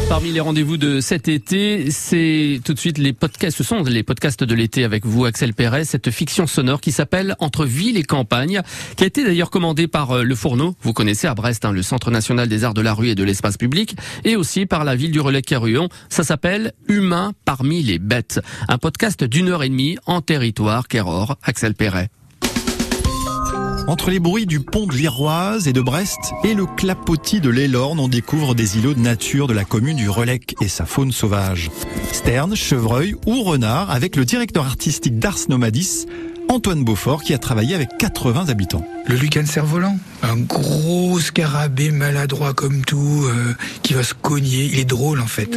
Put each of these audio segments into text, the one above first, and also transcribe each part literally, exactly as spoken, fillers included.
Parmi les rendez-vous de cet été, c'est tout de suite les podcasts. Ce sont les podcasts de l'été avec vous, Axel Perret. Cette fiction sonore qui s'appelle Entre ville et campagne, qui a été d'ailleurs commandée par Le Fourneau. Vous connaissez à Brest, hein, le Centre national des arts de la rue et de l'espace public, et aussi par la ville du Relecq-Kerhuon. Ça s'appelle Humains parmi les bêtes. Un podcast d'une heure et demie en territoire Keror. Axel Perret. Entre les bruits du pont de l'Iroise et de Brest et le clapotis de l'Élorn, on découvre des îlots de nature de la commune du Relecq et sa faune sauvage. Sternes, chevreuils ou renards, avec le directeur artistique d'Ars Nomadis, Antoine Beaufort, qui a travaillé avec quatre-vingts habitants. Le Lucan cerf-volant, un gros scarabée maladroit comme tout, euh, qui va se cogner. Il est drôle en fait.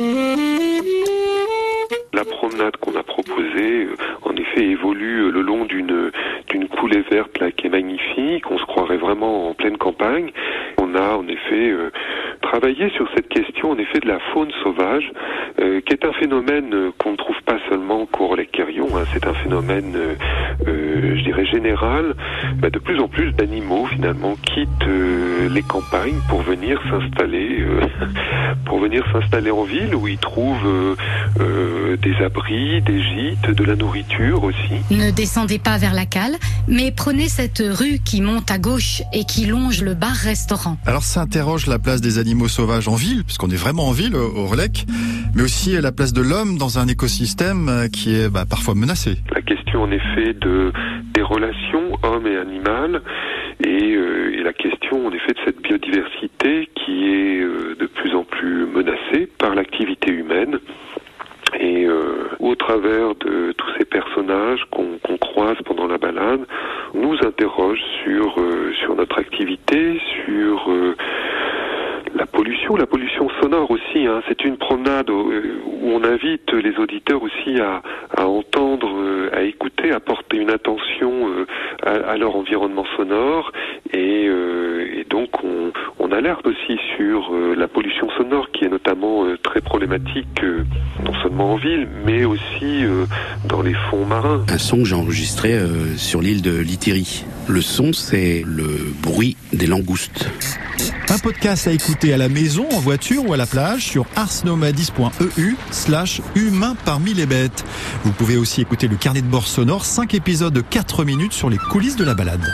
La promenade qu'on a proposée, euh, en effet, évolue le long d'une d'une coulée verte là qui est magnifique. On se croirait vraiment en pleine campagne. On a en effet euh, travaillé sur cette question en effet de la faune sauvage, euh, qui est un phénomène euh, qu'on ne trouve pas seulement qu'au Relecq-Kerhuon. Hein. C'est un phénomène, euh, euh, je dirais général. Bah, de plus en plus d'animaux finalement quittent euh, les campagnes pour venir s'installer, euh, pour venir s'installer en ville où ils trouvent euh, euh, des abris, des gîtes, de la nourriture aussi. Ne descendez pas vers la cale, mais prenez cette rue qui monte à gauche et qui longe le bar-restaurant. Alors ça interroge la place des animaux sauvages en ville, puisqu'on est vraiment en ville au Relecq, mais aussi la place de l'homme dans un écosystème qui est bah, parfois menacé. La question en effet de, des relations homme et animal, et, euh, et la question en effet de cette biodiversité qui est euh, de plus en plus menacée par l'activité humaine. Et euh, au travers de tous ces personnages qu'on qu'on croise pendant la balade, nous interroge sur euh, sur notre activité, sur euh, la pollution, la pollution sonore aussi. Hein. C'est une promenade où, où on invite les auditeurs aussi à, à entendre, euh, à écouter, à porter une attention euh, à, à leur environnement sonore. Et, euh, et donc on, on alerte aussi sur euh, la pollution sonore qui est notamment euh, très problématique, euh, non seulement en ville, mais aussi euh, dans les fonds marins. Un son que j'ai enregistré euh, sur l'île de Lithiri. Le son, c'est le bruit des langoustes. Un podcast à écouter à la maison, en voiture ou à la plage sur arsnomadis.eu slash humains parmi les bêtes. Vous pouvez aussi écouter le carnet de bord sonore, cinq épisodes de quatre minutes sur les coulisses de la balade.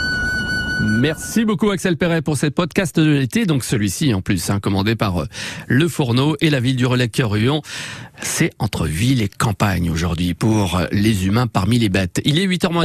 Merci beaucoup Axel Perret pour ce podcast de l'été, donc celui-ci en plus, hein, commandé par euh, Le Fourneau et la ville du Relecq-Kerhuon. C'est entre ville et campagne aujourd'hui pour les humains parmi les bêtes. Il est huit heures moins